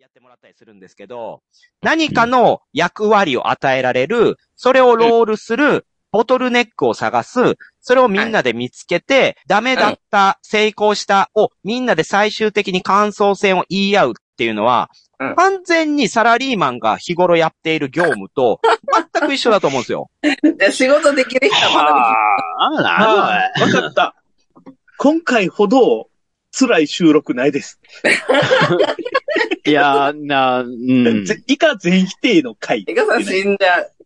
やってもらったりするんですけど、何かの役割を与えられる、それをロールする、ボトルネックを探す、それをみんなで見つけて、ダメだった、成功したをみんなで最終的に感想戦を言い合うっていうのは、完全にサラリーマンが日頃やっている業務と全く一緒だと思うんですよ。 仕事できる人はわかった。今回ほど辛い収録ないです。 いやー、 以下全否定の回。 イカさん死んじゃう。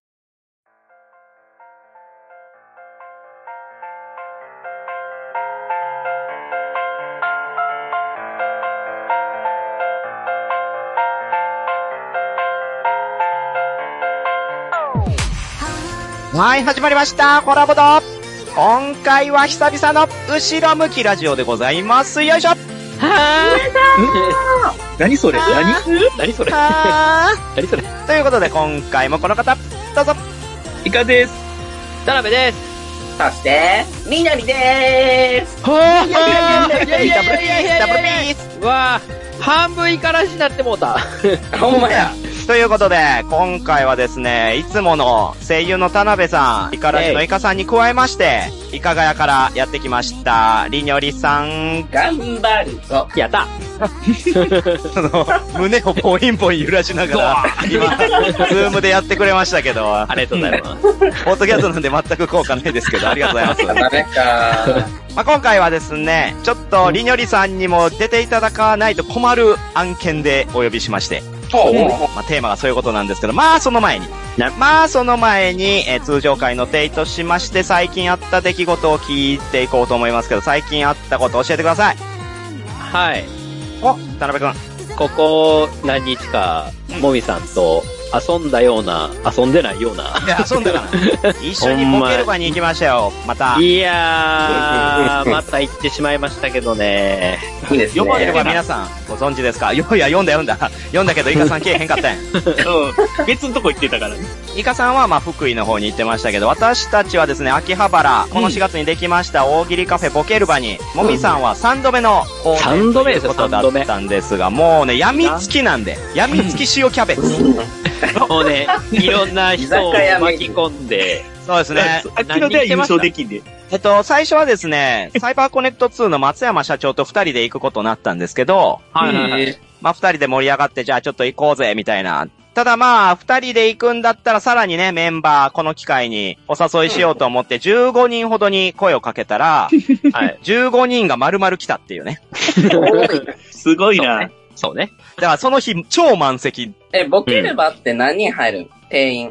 はい、始まりました。コラボド。今回は久々の後ろ向きラジオでございます。よいしょ。 何それ何それ何それということで今回もこの方、どうぞ。 イカです。 田辺です。 そして、みなりでーす。 はぁダブルピース。 うわぁ、半分イカラシになってもうた。 ほんまや。 ということで、今回はですね、いつもの声優の田辺さん、イカラジのイカさんに加えまして、イカガヤからやってきました、りにょりさん。 頑張るぞ。 やった。 その、胸をポインポイン揺らしながら、今、ズームでやってくれましたけど、 ありがとうございます。 ポッドキャストなんで全く効果ないですけど、ありがとうございます。 ダメかまあ、今回はですね、ちょっとりにょりさんにも出ていただかないと困る案件でお呼びしまして、まあ、テーマがそういうことなんですけど、まあその前に、通常回の定としまして、最近あった出来事を聞いていこうと思いますけど、最近あったこと教えてください。 はい。 お、田辺くん。 ここ何日か、もみさんと遊んだような、遊んでないような。 いや、遊んだかな。一緒にポケルバに行きましたよ、また。 いやー、また行ってしまいましたけどね。 いいですね。 ポケルバ皆さんご存知ですか？いや、読んだけどイカさん来えへんかったんや。 別のとこ行ってたからね。 イカさんはまあ福井の方に行ってましたけど、私たちはですね、秋葉原、この4月にできました大喜利カフェポケルバに、もみさんは3度目の訪問 3度目ですよ、 ということだったんですが、もうね、病みつきなんで、病みつき塩キャベツ。 もうね、いろんな人を巻き込んで。 そうですね。 秋のでは優勝できんで。 最初はですね、サイバーコネクト2の松山社長と2人で行くことになったんですけど、 はい。 まあ2人で盛り上がって、じゃあちょっと行こうぜ、みたいな。ただまあ、2人で行くんだったらさらにね、メンバー、この機会にお誘いしようと思って、15人ほどに声をかけたら、はい、15人が丸々来たっていうね。 すごいな。 そうね。 だからその日、超満席。 ボケればって何人入るん？定員。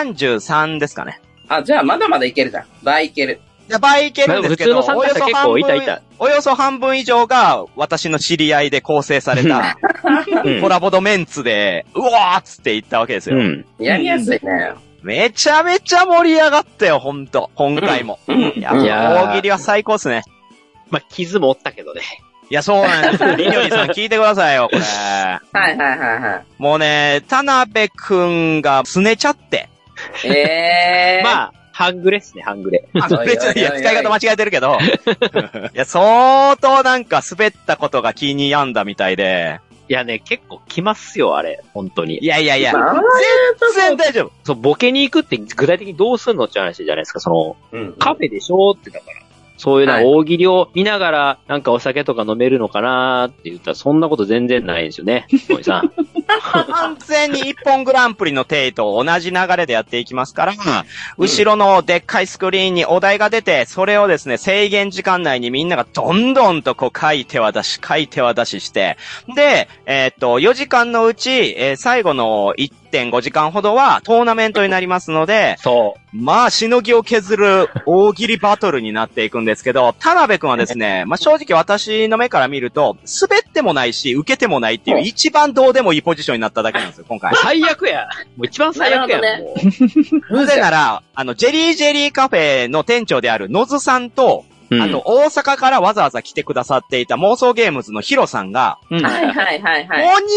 33ですかね。 あ、じゃあまだまだいけるじゃん。倍いける。 倍いけるんですけど、 普通の参加者結構いた。 およそ半分以上が私の知り合いで構成された、コラボドメンツで、うわーっつって言ったわけですよ。 やりやすいね。 めちゃめちゃ盛り上がったよ、ほんと。今回も。いや、大喜利は最高っすね。 まあ、傷もおったけどね。 いや、そうなんですよ。りにょりさん聞いてくださいよ、これ。 はい。 もうね、田辺くんが拗ねちゃって。 まあ、半グレっすね、半グレ。 いや、使い方間違えてるけど。いや、相当なんか滑ったことが気に病んだみたいで。 いやね、結構来ますよ、あれ。本当に。 いや。全然大丈夫。 そう、ボケに行くって具体的にどうすんのって話じゃないですか、カフェでしょってだから。そういう大喜利を見ながら、なんかお酒とか飲めるのかなーって言ったら、そんなこと全然ないんですよね、もみさん。 完全に一本グランプリの定と同じ流れでやっていきますから、後ろのでっかいスクリーンにお題が出て、それをですね、制限時間内にみんながどんどんとこう書いては出しして、で、4時間のうち、最後の1.5時間ほどはトーナメントになりますので、 そう。 まあ、しのぎを削る大喜利バトルになっていくんですけど、田辺くんはですね、まあ正直私の目から見ると、滑ってもないし、受けてもないっていう一番どうでもいいポジションになっただけなんですよ、今回。 最悪や。もう一番最悪や。 なぜなら、ジェリーカフェの店長である野津さんと、あと、大阪からわざわざ来てくださっていた妄想ゲームズのヒロさんが、 はい。 とに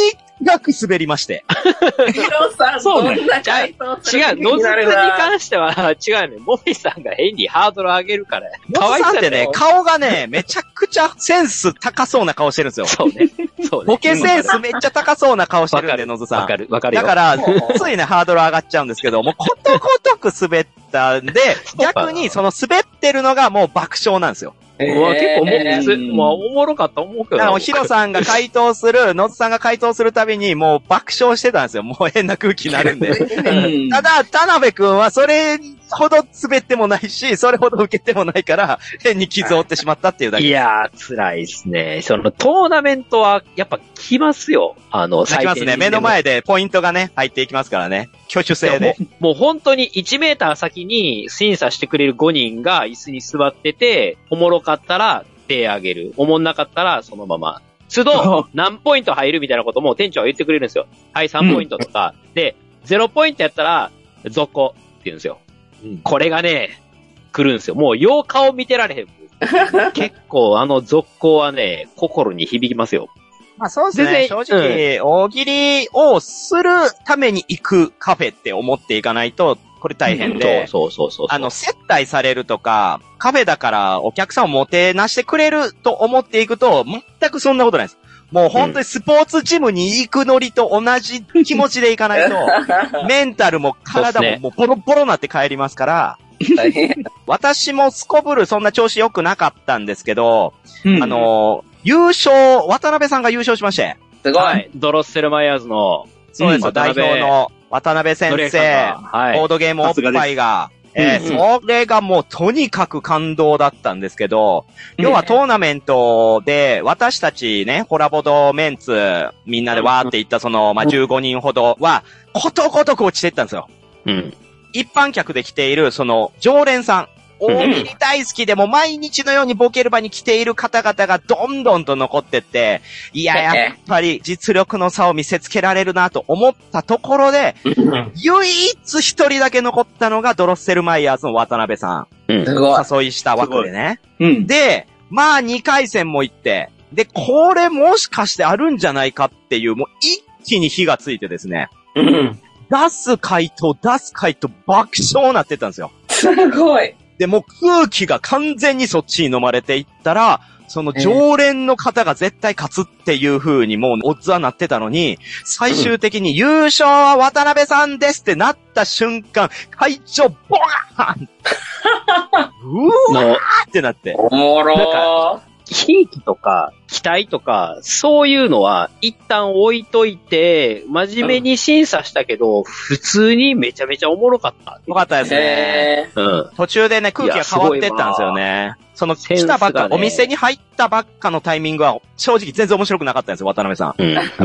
がく滑りまして。 ヒロさん、 そうねどんな回答する違う、ノズクに関しては違うね。モミさんが変にハードル上げるから。 ノズさんってね、顔がね、めちゃくちゃセンス高そうな顔してるんですよ。 そうね。そうね。 ボケセンスめっちゃ高そうな顔してるんで、ノズさん。 わかるよ。 だから、ついね、ハードル上がっちゃうんですけど、もうことごとく滑ったんで、逆にその滑ってるのがもう爆笑なんですよ。 結構もうおもろかった思うけど。 だからヒロさんが回答する、ノズさんが回答するたびにもう爆笑してたんですよ。もう変な空気になるんで。ただ、田辺くんはそれほど滑ってもないし、それほど受けてもないから、変に傷を負ってしまったっていうだけ。 いやー、辛いですね。そのトーナメントはやっぱ来ますよ。 来ますね。目の前でポイントがね、入っていきますからね。挙手制で。 もう本当に1メーター先に審査してくれる5人が椅子に座ってて、おもろかったら手あげる。おもんなかったらそのまま。都度何ポイント入るみたいなことも店長は言ってくれるんですよ。はい、3ポイントとか。で、0ポイントやったら、続行って言うんですよ。これがね、来るんですよ。もう、よう顔見てられへん。結構、続行はね、心に響きますよ。 まあそうですね。正直、大喜利をするために行くカフェって思っていかないと、これ大変で。 そう。 接待されるとか、カフェだからお客さんをもてなしてくれると思っていくと、全くそんなことないです。もう本当にスポーツジムに行くノリと同じ気持ちで行かないと、メンタルも体ももうボロボロになって帰りますから、私もすこぶるそんな調子良くなかったんですけど、優勝、渡辺さんが優勝しまして。 すごい。 はい。ドロッセルマイヤーズの、 そうですよ、代表の渡辺先生、ボードゲームおっぱいが、それがもうとにかく感動だったんですけど、要はトーナメントで私たちね、ホラボドメンツ、みんなでわーっていったその、15人ほどは、ことごとく落ちていったんですよ。一般客で来ている、その、常連さん。大喜利大好きでも毎日のようにボケる場に来ている方々がどんどんと残ってって、いや、やっぱり実力の差を見せつけられるなと思ったところで、唯一一人だけ残ったのがドロッセルマイヤーズの渡辺さん。誘いした枠でね。で、2回戦も行って、で、これもしかしてあるんじゃないかっていう、もう一気に火がついてですね。出す回答爆笑になってたんですよ。 すごい。 で、もう空気が完全にそっちに飲まれていったら、その常連の方が絶対勝つっていう風にもうオッズはなってたのに、最終的に優勝は渡辺さんですってなった瞬間、会長ボガーンうわーってなって。 おもろー。 ひいきとか、期待とか、そういうのは一旦置いといて、真面目に審査したけど、普通にめちゃめちゃおもろかった。 よかったですね。途中でね、空気が変わってったんですよね。その、来たばっか、お店に入ったばっかのタイミングは、正直全然面白くなかったんですよ、渡辺さん。だから、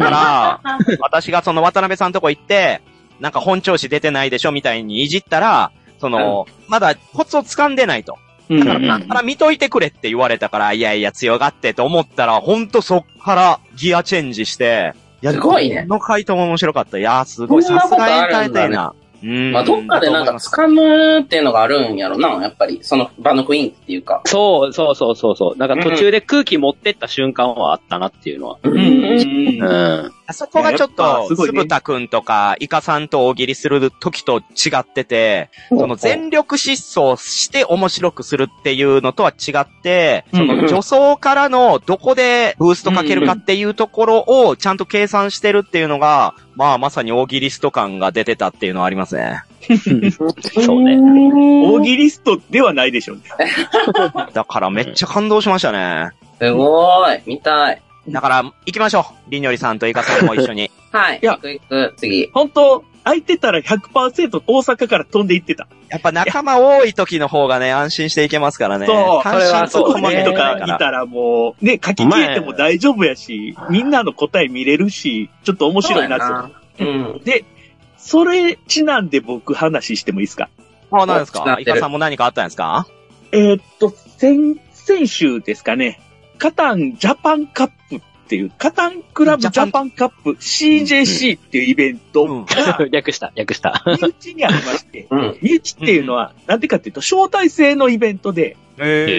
私がその渡辺さんのとこ行って、なんか本調子出てないでしょみたいにいじったら、その、まだコツを掴んでないと。だから見といてくれって言われたから、いやいや強がってと思ったら、ほんとそっからギアチェンジして、 すごいね。 この回答も面白かった。いやーすごい。さすがエンターテイナー。 どっかでなんか掴むっていうのがあるんやろな、やっぱり。その場の雰囲気っていうか。 そう。なんか途中で空気持ってった瞬間はあったなっていうのは。 あそこがちょっと、つぶたくんとか、イカさんと大喜利する時と違ってて、その全力疾走して面白くするっていうのとは違って、その助走からのどこでブーストかけるかっていうところをちゃんと計算してるっていうのが、まさに大喜利スト感が出てたっていうのはありますね。 そうね。 大喜利ストではないでしょうね。 だからめっちゃ感動しましたね。 すごーい。見たい。 だから、行きましょう。りにょりさんとイカさんも一緒に。 はい。行く、次。 本当空いてたら 100% 大阪から飛んで行ってた。 やっぱ仲間多い時の方がね、安心していけますからね。 そう。 関心とコマとかいたらもう、ね、書き消えても大丈夫やし、みんなの答え見れるし、ちょっと面白いなと。で、それちなんで僕話してもいいですか？ 何ですか？イカさんも何かあったんですか？ 先週ですかね。カタンジャパンカップっていう、カタンクラブジャパンカップ CJC っていうイベントが、 略した。身内にありまして、身内っていうのは、なんでかっていうと、招待制のイベントで、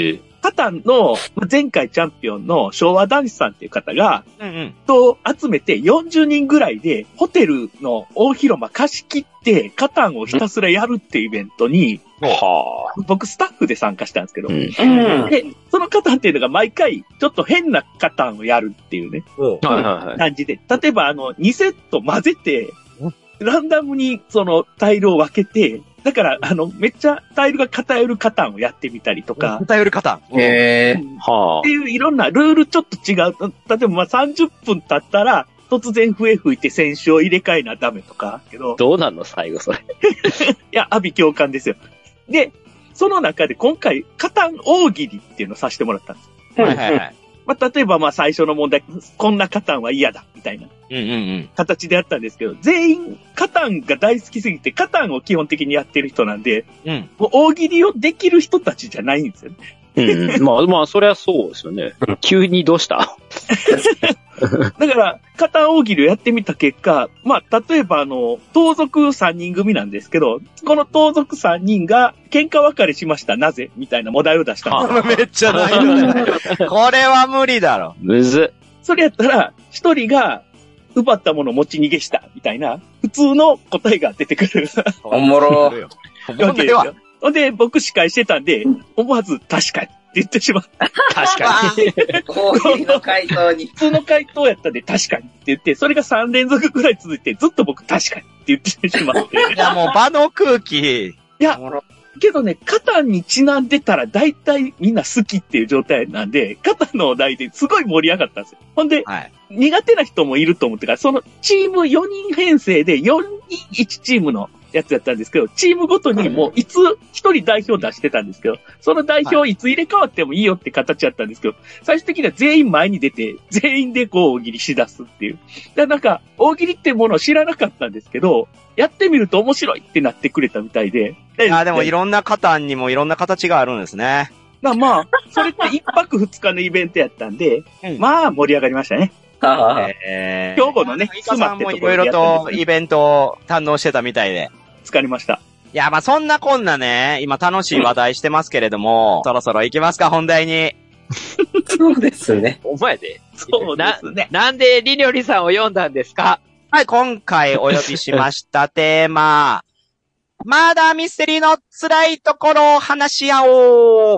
カタンの前回チャンピオンの昭和男子さんっていう方が、人を集めて40人ぐらいでホテルの大広間貸し切ってカタンをひたすらやるっていうイベントに、僕スタッフで参加したんですけど、で、そのカタンっていうのが毎回ちょっと変なカタンをやるっていうね、感じで、例えば2セット混ぜて、ランダムにそのタイルを分けて、だから、めっちゃタイルが偏るカタンをやってみたりとか。 偏るカタン。 っていういろんなルールちょっと違う。例えば30分経ったら、突然笛吹いて選手を入れ替えなダメとか。けど。 どうなんの最後それ。いや、阿鼻共感ですよ。で、その中で今回、カタン大喜利っていうのをさせてもらったんです。はいはいはい。例えば最初の問題、こんなカタンは嫌だ、みたいな。形でやったんですけど、全員カタンが大好きすぎて、カタンを基本的にやってる人なんで、もう大喜利をできる人たちじゃないんですよね。 まあ、そりゃそうですよね。急にどうしただから、カタン大喜利をやってみた結果、例えば盗賊3人組なんですけど、この盗賊3人が喧嘩別れしました、なぜみたいなお題を出したんです。 めっちゃないよね。これは無理だろ。 むず。 それやったら、一人が奪ったものを持ち逃げした、みたいな、普通の答えが出てくる。 おもろ。 で、僕司会してたんで、思わず確かにって言ってしまった。 確かに。 コーヒーの回答に。 普通の回答やったんで確かにって言って、それが3連続くらい続いて、ずっと僕確かにって言ってしまって。 いや、もう場の空気。 いや、けどね、カタンにちなんでたら大体みんな好きっていう状態なんで、カタンのお題ですごい盛り上がったんですよ。ほんで、苦手な人もいると思ってから、そのチーム4人編成で4人1チームのやつやったんですけど、チームごとにもういつ1人代表出してたんですけど、その代表いつ入れ替わってもいいよって形やったんですけど、最終的には全員前に出て、全員で大喜利し出すっていう。なんか、大喜利ってものを知らなかったんですけど、やってみると面白いってなってくれたみたいで。 でもいろんなカタンにもいろんな形があるんですね。 それって1泊2日のイベントやったんで、盛り上がりましたね。兵庫のね、 イカさんもいろいろとイベントを堪能してたみたいで。 疲れました。 いや、そんなこんなね、今楽しい話題してますけれども、そろそろ行きますか、本題に。 そうですね。 お前で。 そうですね。 なんでリニョリさんを読んだんですか？ はい、今回お呼びしましたテーマ、マーダーミステリーの辛いところを話し合おう。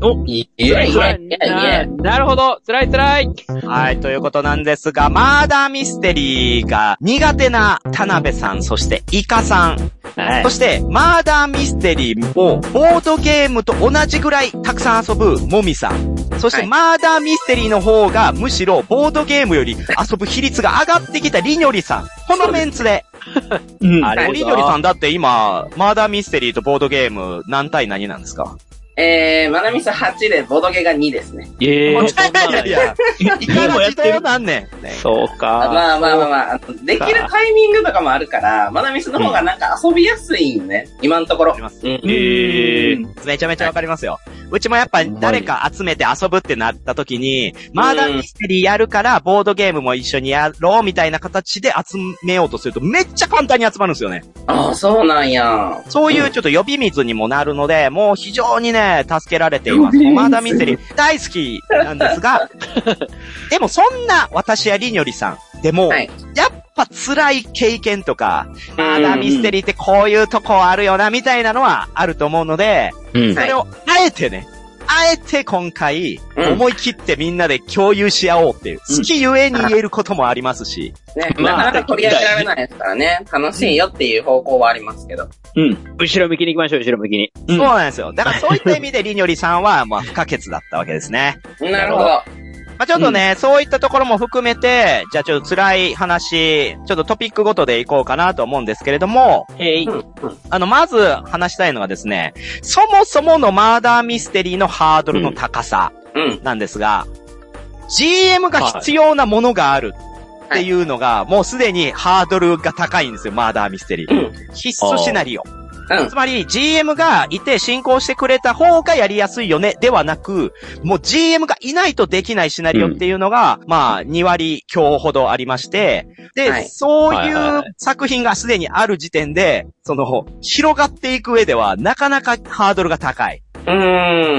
なるほど。辛い。 はい、ということなんですが、マーダーミステリーが苦手な田辺さん、そしてイカさん。そして、マーダーミステリーをボードゲームと同じぐらいたくさん遊ぶもみさん。そして、マーダーミステリーの方がむしろボードゲームより遊ぶ比率が上がってきたりにょりさん。このメンツで。りにょりさんだって今、マーダーミステリーとボードゲーム何対何なんですか？ マナミス8で、ボドゲが2ですね。 いや、いかが自動なんねん。 そうか。 まあ、できるタイミングとかもあるから、マナミスの方がなんか遊びやすいよね。今のところ。 めちゃめちゃわかりますよ。うちもやっぱ誰か集めて遊ぶってなった時に、マーダーミステリーやるから、ボードゲームも一緒にやろうみたいな形で集めようとすると、めっちゃ簡単に集まるんですよね。 ああ、そうなんや。 そういうちょっと呼び水にもなるので、もう非常にね、助けられています。マーダーミステリー大好きなんですが、でもそんな私やりにょりさんでも、やっぱ辛い経験とか、マーダーミステリーってこういうとこあるよな、みたいなのはあると思うので、それをあえて今回、思い切ってみんなで共有し合おうっていう、好きゆえに言えることもありますし。 ね、なかなか取り上げられないですからね、楽しいよっていう方向はありますけど。 後ろ向きに行きましょう、後ろ向きに。 そうなんですよ。だからそういった意味でりにょりさんは、不可欠だったわけですね。 なるほど。 ちょっとね、そういったところも含めて、じゃあちょっと辛い話、ちょっとトピックごとでいこうかなと思うんですけれども、まず話したいのはですね、そもそものマーダーミステリーのハードルの高さなんですが、GM が必要なものがあるっていうのが、もうすでにハードルが高いんですよ、マーダーミステリー。必須シナリオ。つまり GM がいて進行してくれた方がやりやすいよねではなく、もう GM がいないとできないシナリオっていうのが、2割強ほどありまして、で、そういう作品がすでにある時点で、広がっていく上ではなかなかハードルが高い。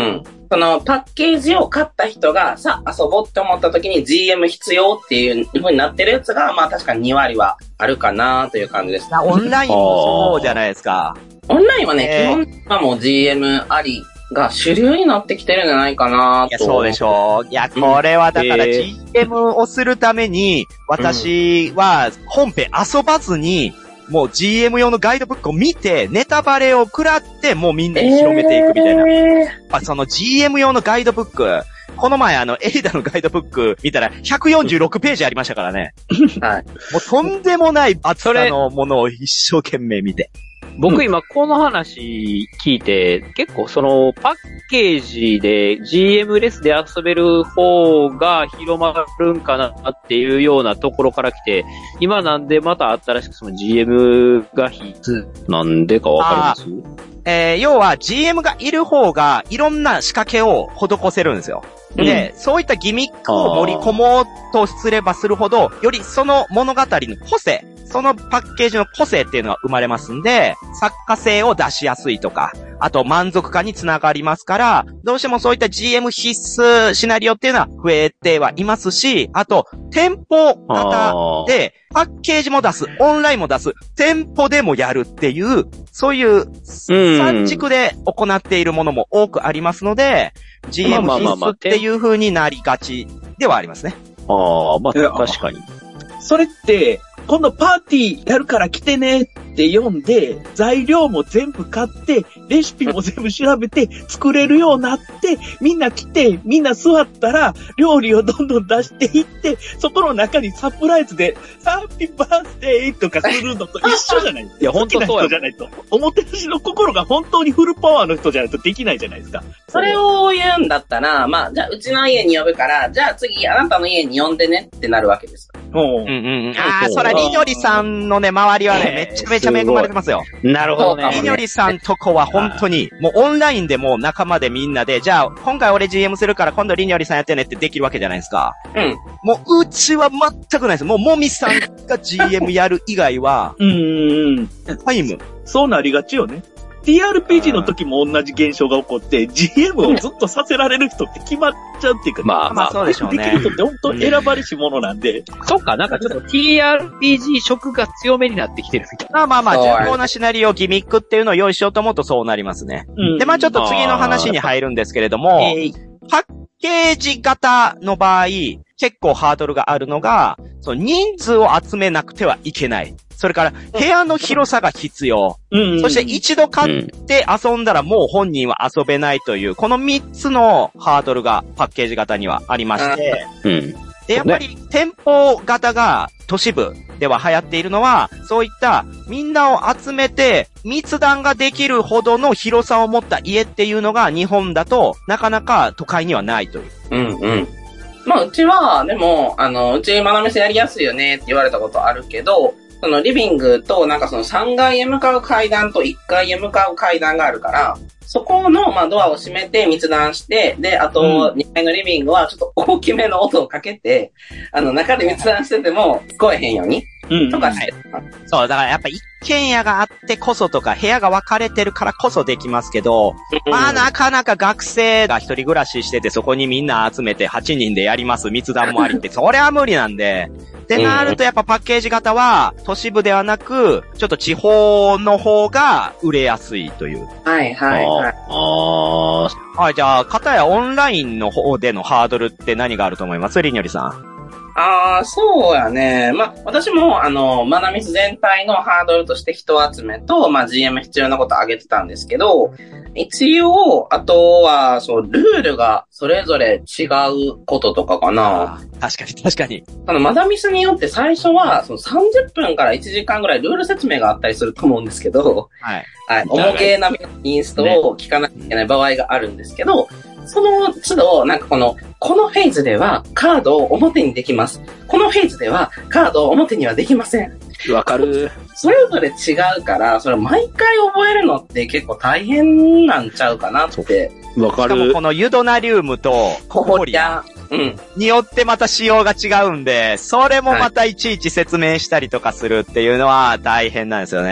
そのパッケージを買った人がさあ遊ぼうって思った時に GM 必要っていう風になってるやつがまあ確かに2割はあるかなという感じです。 オンラインもそうじゃないですか。 オンラインはね、基本はもう GM ありが主流になってきてるんじゃないかなと。 いや、そうでしょう。いや、これはだから GM をするために、私は本編遊ばずに、もう GM 用のガイドブックを見て、ネタバレを食らって、もうみんなに広めていくみたいな。その GM 用のガイドブック、この前エイダのガイドブック見たら146ページありましたからね。 はい。 もうとんでもない厚さのものを一生懸命見て。 僕今この話聞いて、結構そのパッケージで GM レスで遊べる方が広まるんかなっていうようなところから来て、今なんでまた新しくその GM が必須なんでかわかります？ 要は GM がいる方がいろんな仕掛けを施せるんですよ。で、そういったギミックを盛り込もうとすればするほど、よりその物語の個性、そのパッケージの個性っていうのが生まれますんで、作家性を出しやすいとか、あと満足感につながりますから、どうしてもそういった GM 必須シナリオっていうのは増えてはいますし、あと、店舗型で、パッケージも出す、オンラインも出す、店舗でもやるっていう、そういう三軸で行っているものも多くありますので、GM 必須っていう風になりがちではありますね。 まあ確かに。 それって、今度パーティーやるから来てねって読んで、材料も全部買って、レシピも全部調べて作れるようになって、みんな来て、みんな座ったら、料理をどんどん出していって、そこの中にサプライズで、ハッピーバースデーとかするのと一緒じゃないですか。 いや、本当そうや。 好きな人じゃないと。おもてなしの心が本当にフルパワーの人じゃないとできないじゃないですか。 それを言うんだったら、まあ、じゃあうちの家に呼ぶから、じゃあ次あなたの家に呼んでねってなるわけです。 そら、りにょりさんのね、周りはね、めちゃめちゃ恵まれてますよ。 なるほどね。 りにょりさんとこは本当に、もうオンラインでも仲間でみんなで、じゃあ、今回俺 GM するから今度りにょりさんやってねってできるわけじゃないですか。もう、うちは全くないです。もう、もみさんが GM やる以外は、タイム。 そうなりがちよね。TRPG の時も同じ現象が起こって、GM をずっとさせられる人って決まっちゃうっていうか、 まあそうでしょうね。 できる人って本当選ばれし者なんで。 そっか、なんかちょっと TRPG 色が強めになってきてるみたいな。 まあ、重要なシナリオ、ギミックっていうのを用意しようと思うとそうなりますね。で、まあちょっと次の話に入るんですけれども、パッケージ型の場合、結構ハードルがあるのが、その人数を集めなくてはいけない。それから、部屋の広さが必要。そして一度買って遊んだらもう本人は遊べないという、この3つのハードルがパッケージ型にはありまして、で、やっぱり店舗型が都市部では流行っているのは、そういったみんなを集めて密談ができるほどの広さを持った家っていうのが日本だとなかなか都会にはないという。 まあ、うちは、でも、うちマナミスやりやすいよねって言われたことあるけど、そのリビングとなんかその3階へ向かう階段と1階へ向かう階段があるから、そこのまあドアを閉めて密談して、で、あと2階のリビングはちょっと大きめの音をかけて、中で密談してても聞こえへんように。とかして。 そう、だからやっぱ一軒家があってこそとか、部屋が分かれてるからこそできますけど、まあなかなか学生が一人暮らししてて、そこにみんな集めて8人でやります、密談もありって、それは無理なんで、ってなるとやっぱパッケージ型は都市部ではなく、ちょっと地方の方が売れやすいという。 はい。 はい、じゃあ、片やオンラインの方でのハードルって何があると思いますりにょりさん。 そうやね。まあ、私も、マナミス全体のハードルとして人集めと、まあ、GM 必要なことを挙げてたんですけど、一応、あとは、そう、ルールがそれぞれ違うこととかかな。 確かに。 マナミスによって最初は、その30分から1時間ぐらいルール説明があったりすると思うんですけど、はい。重げなインストを聞かなきゃいけない場合があるんですけど、その都度、なんかこのフェーズではカードを表にできます。このフェーズではカードを表にはできません。 わかる。 それぞれ違うから、それを毎回覚えるのって結構大変なんちゃうかなって。 わかる。 しかもこのユドナリウムとコホリアによってまた仕様が違うんで、それもまたいちいち説明したりとかするっていうのは大変なんですよね。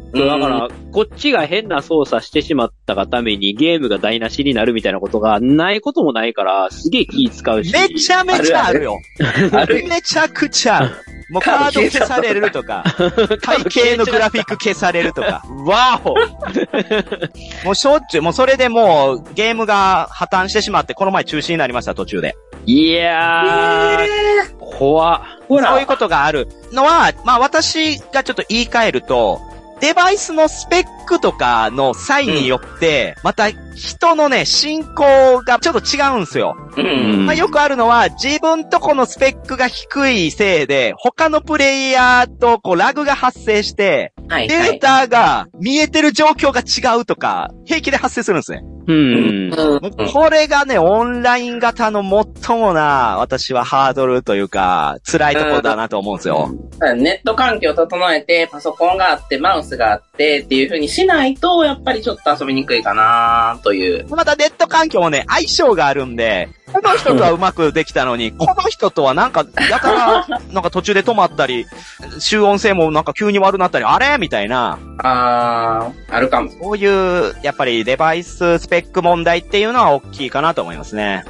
だから、こっちが変な操作してしまったがためにゲームが台無しになるみたいなことがないこともないから、すげえ気使うし。 めちゃめちゃあるよ。めちゃくちゃある。もうカード消されるとか、背景のグラフィック消されるとか。 わおもうしょっちゅう、もうそれでもうゲームが破綻してしまって、この前中止になりました、途中で。 いやー、怖っ。 そういうことがあるのは、まあ私がちょっと言い換えると、デバイスのスペックとかの際によって、また人のね、進行がちょっと違うんですよ。まあよくあるのは、自分とこのスペックが低いせいで、他のプレイヤーとこうラグが発生して、データが見えてる状況が違うとか、平気で発生するんですね。これがね、オンライン型の最もな、私はハードルというか、辛いところだなと思うんですよ。 ネット環境を整えて、パソコンがあって、マウスがあってっていう風にしないと、やっぱりちょっと遊びにくいかなという。 またネット環境もね、相性があるんで、この人とはうまくできたのに、この人とはなんか、やたら、なんか途中で止まったり、集音性もなんか急に悪なったり、あれみたいな。 あるかも。 そういう、やっぱりデバイススペック問題っていうのは大きいかなと思いますね。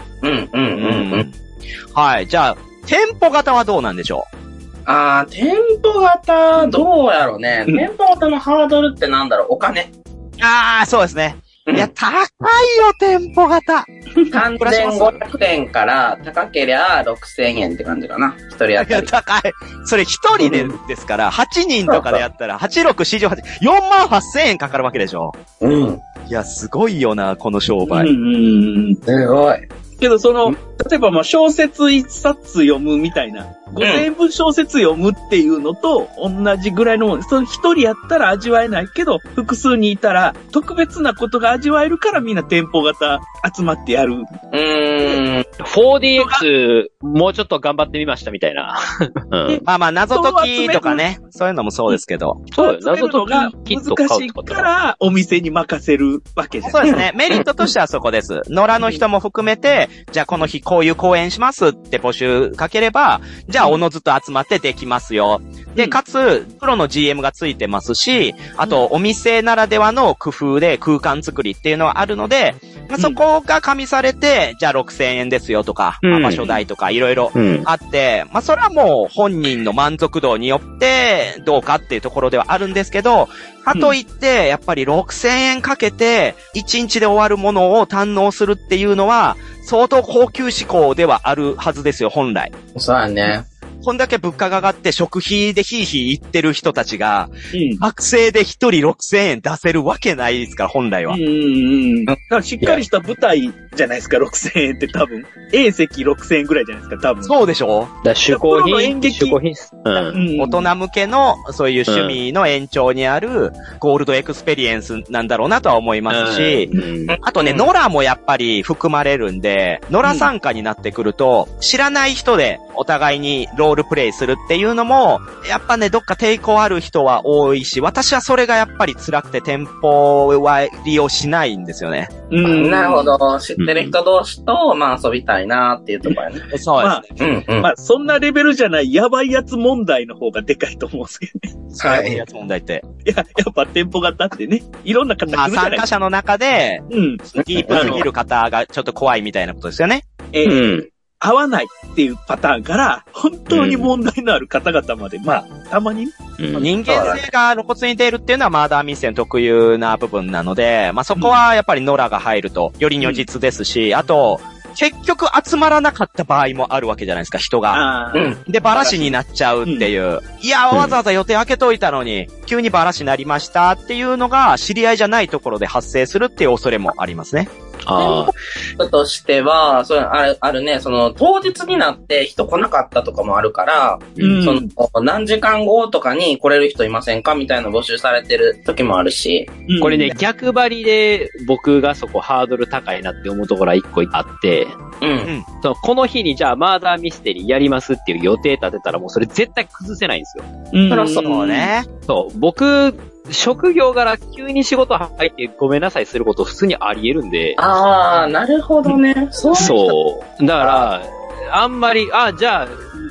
はい。じゃあ、店舗型はどうなんでしょう？ 店舗型、どうやろうね。店舗型のハードルってなんだろう？お金。 そうですね。いや、高いよ、店舗型。 3500円から高けりゃ6000円って感じかな。一人当たり。いや、 高い。それ一人ですから、8人とかでやったら、8648、48,000円かかるわけでしょ。いや、すごいよな、この商売。 すごい。 けど例えば小説一冊読むみたいな、5000円分小説読むっていうのと同じぐらいのもの、その一人やったら味わえないけど、複数にいたら特別なことが味わえるからみんな店舗型集まってやる。 4DX もうちょっと頑張ってみましたみたいな。 まあ謎解きとかね、そういうのもそうですけど。 そうよ、謎解き難しいからお店に任せるわけじゃない。 そうですね。メリットとしてはそこです。野良の人も含めて、じゃあこの日こういう公演しますって募集かければ、じゃあおのずと集まってできますよ。で、かつ、プロの GM がついてますし、あとお店ならではの工夫で空間作りっていうのはあるので、まあ、そこが加味されて、じゃあ6000円ですよとか、場所代とかいろいろあって、まあそれはもう本人の満足度によってどうかっていうところではあるんですけど、かといって、やっぱり6000円かけて1日で終わるものを堪能するっていうのは、相当高級志向ではあるはずですよ、本来。 そうやね。 こんだけ物価が上がって食費でヒーヒー言ってる人たちが、学生で一人6000円出せるわけないですから、本来は。 だからしっかりした舞台じゃないですか、6000円って多分。A 席6000円ぐらいじゃないですか、多分。 そうでしょ？ 趣向品。 大人向けの、そういう趣味の延長にある、ゴールドエクスペリエンスなんだろうなとは思いますし、あとね、野良もやっぱり含まれるんで、野良参加になってくると、知らない人でお互いにロールプレイするっていうのも、やっぱね、どっか抵抗ある人は多いし、私はそれがやっぱり辛くて店舗は利用しないんですよね。 なるほど。知ってる人同士と、まあ遊びたいなっていうところやね。 そうですね。 まあ、そんなレベルじゃない、やばいやつ問題の方がでかいと思うんですけどね。 やばいやつ問題って。 いや、やっぱ店舗型ってね、いろんな方いるじゃないですか。 参加者の中で、ディープすぎる方がちょっと怖いみたいなことですよね。 合わないっていうパターンから、本当に問題のある方々まで、まあ、たまに、 人間性が露骨に出るっていうのはマーダーミステリー特有な部分なので、まあそこはやっぱり野良が入ると、より如実ですし、あと、結局集まらなかった場合もあるわけじゃないですか、人が。で、バラシになっちゃうっていう。いや、わざわざ予定開けといたのに、急にバラシになりましたっていうのが、知り合いじゃないところで発生するっていう恐れもありますね。 としては、それあるね、当日になって人来なかったとかもあるから、何時間後とかに来れる人いませんかみたいな募集されてる時もあるし。 これね、逆張りで僕がそこハードル高いなって思うところは一個あって、この日にじゃあマーダーミステリーやりますっていう予定立てたらもうそれ絶対崩せないんですよ。 そうね。 そう、僕、職業柄急に仕事入ってごめんなさいすること普通にあり得るんで。 なるほどね。 そう。だから、あんまり、じゃあ、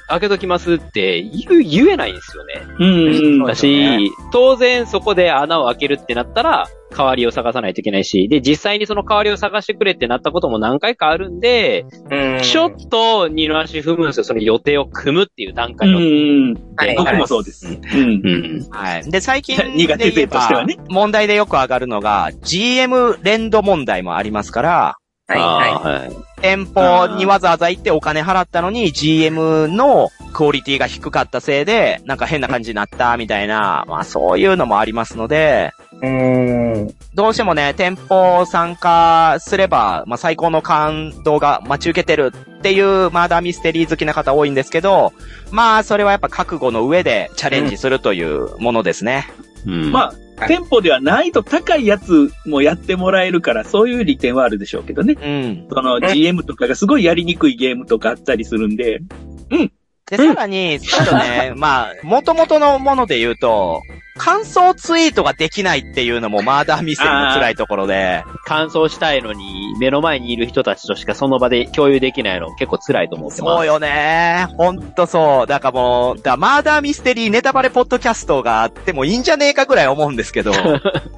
開けときますって言えないんですよね。だし、当然そこで穴を開けるってなったら、代わりを探さないといけないし、で、実際にその代わりを探してくれってなったことも何回かあるんで、ちょっと二の足踏むんですよ。その予定を組むっていう段階の。 僕もそうです。 はい。で、最近で言えば、問題でよく上がるのが、GM 連動問題もありますから、店舗にわざわざ行ってお金払ったのに GM のクオリティが低かったせいで、なんか変な感じになったみたいな、まあそういうのもありますので、どうしてもね、店舗参加すれば、まあ最高の感動が待ち受けてるっていうマーダーミステリー好きな方多いんですけど、まあそれはやっぱ覚悟の上でチャレンジするというものですね。 まあ、店舗では難易度高いやつもやってもらえるから、そういう利点はあるでしょうけどね。その GM とかがすごいやりにくいゲームとかあったりするんで。 で、さらに、ちょっとね、まあ、元々のもので言うと、感想ツイートができないっていうのもマーダーミステリーの辛いところで。 感想したいのに、目の前にいる人たちとしかその場で共有できないの結構辛いと思ってます。 そうよね。ほんとそう。だからもう、マーダーミステリーネタバレポッドキャストがあってもいいんじゃねえかぐらい思うんですけど。で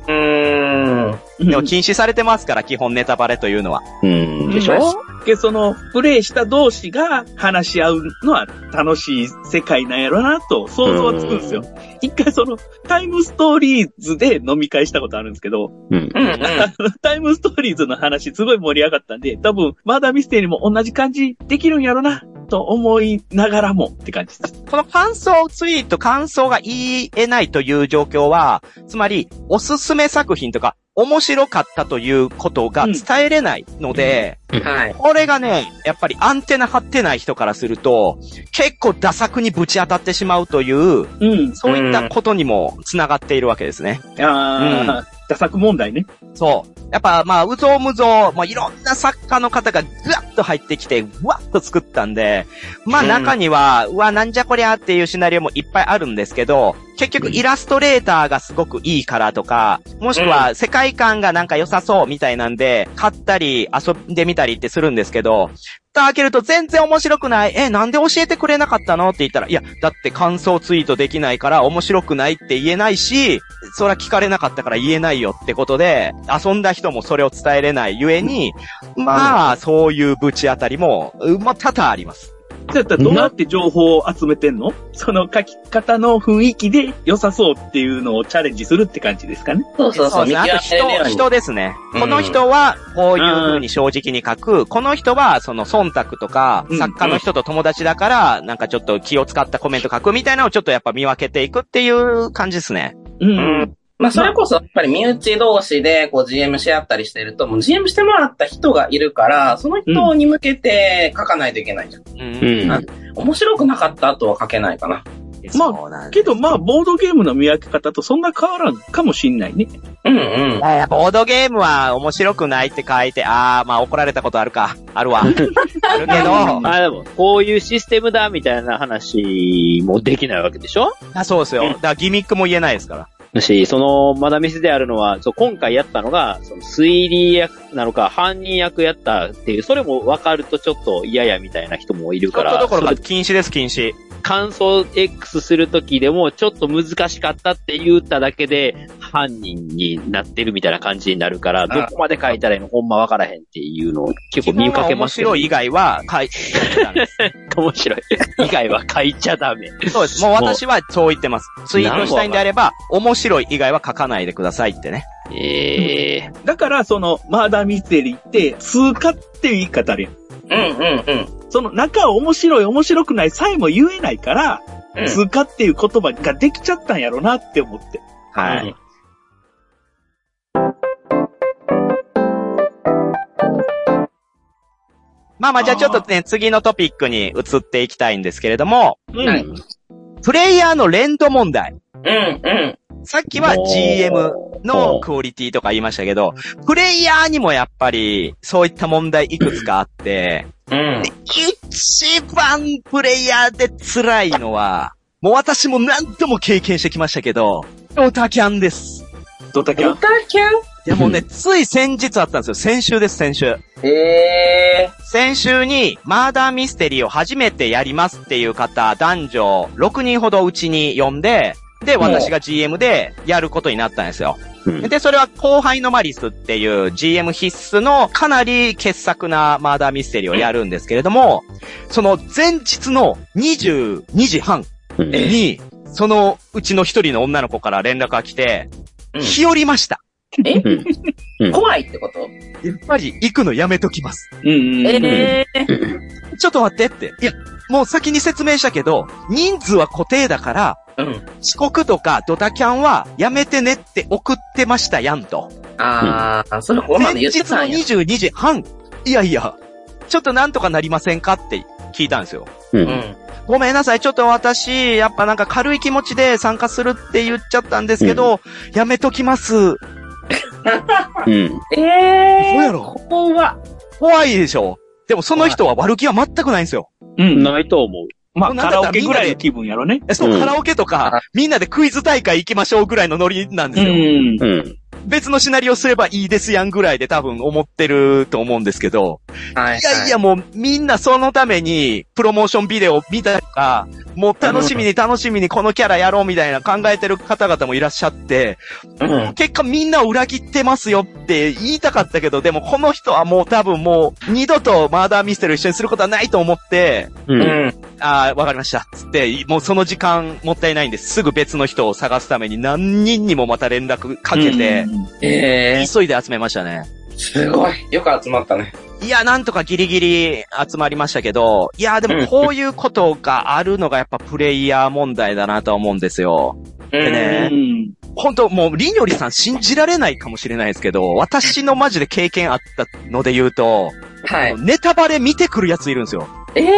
も禁止されてますから、基本ネタバレというのは。 でしょ？その、プレイした同士が話し合うのは楽しい世界なんやろなと想像はつくんですよ。一回その、タイムストーリーズで飲み会したことあるんですけど、タイムストーリーズの話すごい盛り上がったんで、多分、マーダーミステリーも同じ感じできるんやろな、と思いながらもって感じです。 この感想ツイート、感想が言えないという状況は、つまり、おすすめ作品とか、面白かったということが伝えれないので、これがね、やっぱりアンテナ張ってない人からすると、結構ダ作にぶち当たってしまうという、そういったことにも繋がっているわけですね。 ダ作問題ね。 そう。やっぱ、まあ、うぞうむぞう、もういろんな作家の方がぐわっと入ってきて、わっと作ったんで、まあ中には、うわ、なんじゃこりゃっていうシナリオもいっぱいあるんですけど、結局イラストレーターがすごくいいからとか、もしくは世界観がなんか良さそうみたいなんで、買ったり遊んでみたりってするんですけど、蓋開けると全然面白くない。なんで教えてくれなかったのって言ったら、いや、だって感想ツイートできないから面白くないって言えないし、それは聞かれなかったから言えないよってことで、遊んだ人もそれを伝えれないゆえに、まあ、そういうぶち当たりも、まあ、多々あります。 だったらどうやって情報を集めてんの？その書き方の雰囲気で良さそうっていうのをチャレンジするって感じですかね。 そうそうそう。 あと人ですね。この人はこういう風に正直に書く。この人はその忖度とか、作家の人と友達だから、なんかちょっと気を使ったコメント書くみたいなのをちょっとやっぱ見分けていくっていう感じですね。 まあ、それこそ、やっぱり身内同士で、こう、GM し合ったりしてると、もう GM してもらった人がいるから、その人に向けて書かないといけないじゃん。面白くなかった後は書けないかな。 まあ、けどまあ、ボードゲームの見分け方とそんな変わらんかもしんないね。 ボードゲームは面白くないって書いて、まあ怒られたことあるか。あるわ。あるけど。 でも、こういうシステムだみたいな話もできないわけでしょ？ そうですよ。だからギミックも言えないですから。 だし、その、マダミスであるのは、今回やったのが、その推理役なのか、犯人役やったっていう、それも分かるとちょっと嫌やみたいな人もいるから。 どころか禁止です、禁止。 感想 X するときでも、ちょっと難しかったって言っただけで、犯人になってるみたいな感じになるから、どこまで書いたらいいのほんま分からへんっていうのを結構見かけますけど。 面白い以外は書いちゃダメです。 面白い。以外は書いちゃダメ。 そうです。もう私はそう言ってます。ツイートしたいんであれば、面白い以外は書かないでくださいってね。 だから、その、マーダーミステリーって、通過っていう言い方あるやん。その中は面白くないさえも言えないから、通過っていう言葉ができちゃったんやろなって思って。 はい。まあじゃあちょっとね、次のトピックに移っていきたいんですけれども、プレイヤーの連動問題。さっきは GM のクオリティとか言いましたけど、プレイヤーにもやっぱりそういった問題いくつかあって、一番プレイヤーで辛いのは、もう私も何度も経験してきましたけど、ドタキャンです。 ドタキャン？ いやもうね、つい先日あったんですよ。先週です、先週。先週に、マーダーミステリーを初めてやりますっていう方、男女6人ほどうちに呼んで、で、私が GM でやることになったんですよ。で、それは後輩のマリスっていう GM 必須のかなり傑作なマーダーミステリーをやるんですけれども、その前日の22時半に、そのうちの一人の女の子から連絡が来て、日和りました。 怖いってこと？ やっぱり行くのやめときます。ちょっと待ってって。いや、もう先に説明したけど、人数は固定だから、遅刻とかドタキャンはやめてねって送ってましたやんと。 それこのまで言ってたんや。 前日の22時半。いやいや、ちょっとなんとかなりませんかって聞いたんですよ。ごめんなさい、ちょっと私、やっぱなんか軽い気持ちで参加するって言っちゃったんですけど、やめときます。そうやろ？怖いでしょ？でもその人は悪気は全くないんですよ。 ないと思う。 まあ、カラオケぐらいの気分やろね。 そう、カラオケとか、みんなでクイズ大会行きましょうぐらいのノリなんですよ。別のシナリオすればいいですやんぐらいで多分思ってると思うんですけど。いやいやもうみんなそのためにプロモーションビデオ見たりとか、もう楽しみにこのキャラやろうみたいな考えてる方々もいらっしゃって、結果みんな裏切ってますよって言いたかったけど、でもこの人はもう多分もう二度とマーダーミステリーを一緒にすることはないと思って、わかりました。つって、もうその時間もったいないんです。すぐ別の人を探すために何人にもまた連絡かけて、急いで集めましたね。 すごい。よく集まったね。 いや、なんとかギリギリ集まりましたけど、いや、でもこういうことがあるのがやっぱプレイヤー問題だなと思うんですよ。でね、本当もうりんよりさん信じられないかもしれないですけど、私のマジで経験あったので言うと、ネタバレ見てくるやついるんですよ。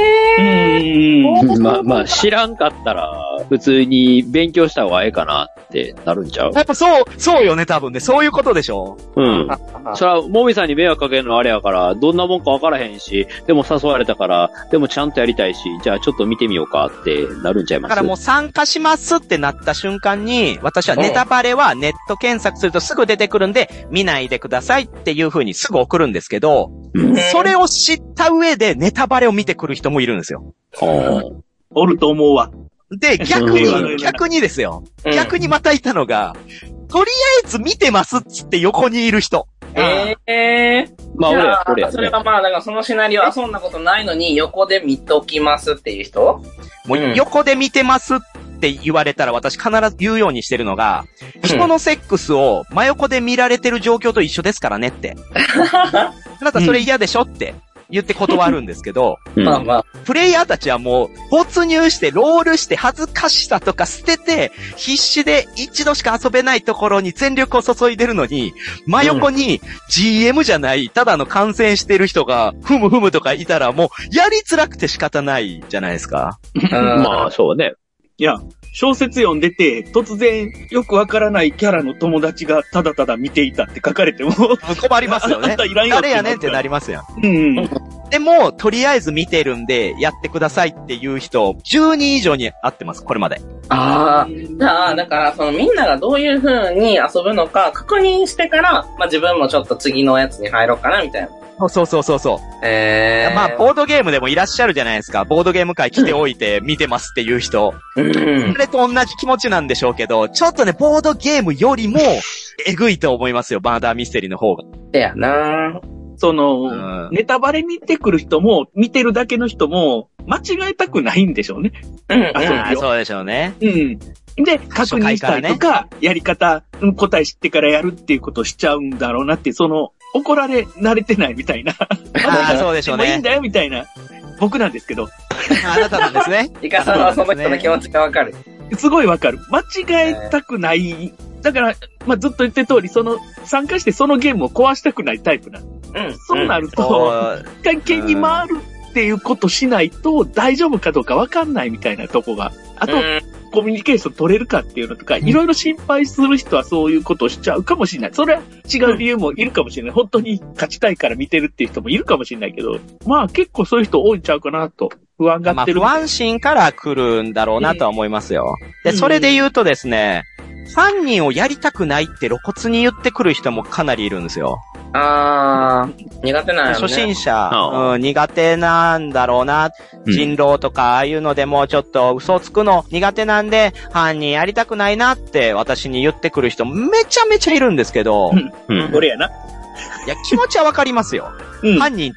まあ、知らんかったら、普通に勉強した方がええかなってなるんちゃう？ やっぱそうよね、多分ね。そういうことでしょ？ それは、もみさんに迷惑かけるのあれやから、どんなもんかわからへんし、でも誘われたから、でもちゃんとやりたいし、じゃあちょっと見てみようかってなるんちゃいます？ だからもう参加しますってなった瞬間に、私はネタバレはネット検索するとすぐ出てくるんで、見ないでくださいっていう風にすぐ送るんですけど、それを知った上でネタバレを見てくる人もいるんですよ。 おると思うわ。 で、逆にですよ。逆にまたいたのが、とりあえず見てますっつって横にいる人。 まあ、俺やね。 それはまあ、だからそのシナリオ遊んだことないのに横で見ときますっていう人？ もう横で見てますって言われたら私必ず言うようにしてるのが、人のセックスを真横で見られてる状況と一緒ですからねって。あなたそれ嫌でしょって言って断るんですけど、プレイヤーたちはもう没入してロールして恥ずかしさとか捨てて必死で一度しか遊べないところに全力を注いでるのに、真横に GM じゃないただの観戦してる人がふむふむとかいたらもうやりづらくて仕方ないじゃないですか。 まあそうね。 いや、小説読んでて、突然よくわからないキャラの友達がただただ見ていたって書かれても困りますよね。誰やねんってなりますやん。でも、とりあえず見てるんで、やってくださいっていう人、10人以上に会ってます、これまで。 じゃあ、だから、みんながどういう風に遊ぶのか確認してから、まあ自分もちょっと次のやつに入ろうかな、みたいな。 そう。まあ、ボードゲームでもいらっしゃるじゃないですか。ボードゲーム会来ておいて見てますっていう人。それと同じ気持ちなんでしょうけど、ちょっとね、ボードゲームよりも、えぐいと思いますよ、マーダーミステリーの方が。 やなネタバレ見てくる人も、見てるだけの人も、間違えたくないんでしょうね。 そうでしょうね。 で、確認したりとか、やり方、答え知ってからやるっていうことをしちゃうんだろうなって、怒られ慣れてないみたいな。 そうでしょうね。 もういいんだよみたいな。僕なんですけど。 あなたなんですね。 イカさんはその人の気持ちがわかる。 すごいわかる。間違えたくない。だから、まあ、ずっと言ってる通り、参加してそのゲームを壊したくないタイプなの。そうなると、関係に回るっていうことしないと大丈夫かどうかわかんないみたいなとこが。あと、コミュニケーション取れるかっていうのとか、いろいろ心配する人はそういうことをしちゃうかもしれない。それは違う理由もいるかもしれない。本当に勝ちたいから見てるっていう人もいるかもしれないけど、まあ結構そういう人多いんちゃうかなと。不安がってる。 不安心から来るんだろうなとは思いますよ。で、それで言うとですね、 犯人をやりたくないって露骨に言ってくる人もかなりいるんですよ。 苦手なんやね。 初心者、苦手なんだろうな。人狼とかああいうのでもちょっと嘘つくの苦手なんで、犯人やりたくないなって私に言ってくる人めちゃめちゃいるんですけど。 俺やな。 いや、気持ちはわかりますよ。犯人って、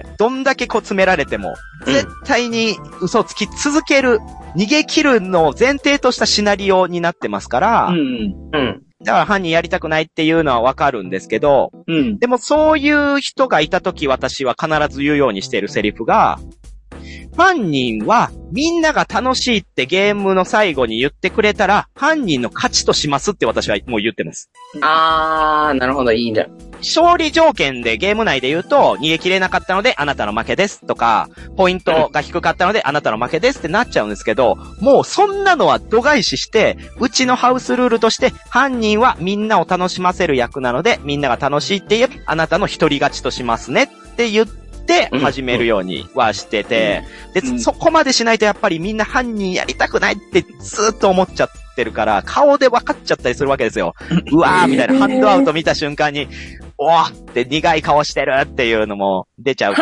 どんだけ詰められても、絶対に嘘をつき続ける、逃げ切るのを前提としたシナリオになってますから、だから犯人やりたくないっていうのはわかるんですけど、でもそういう人がいたとき私は必ず言うようにしているセリフが、犯人はみんなが楽しいってゲームの最後に言ってくれたら、犯人の勝ちとしますって私はもう言ってます。 なるほど、いいんだ。 勝利条件でゲーム内で言うと、逃げ切れなかったのであなたの負けですとか、ポイントが低かったのであなたの負けですってなっちゃうんですけど、もうそんなのは度外視して、うちのハウスルールとして犯人はみんなを楽しませる役なので、みんなが楽しいって言えばあなたの一人勝ちとしますねって言って始めるようにはしてて、で、そこまでしないとやっぱりみんな犯人やりたくないってずっと思っちゃってるから、顔で分かっちゃったりするわけですよ。うわーみたいなハンドアウト見た瞬間に、おーって苦い顔してるっていうのも出ちゃうから。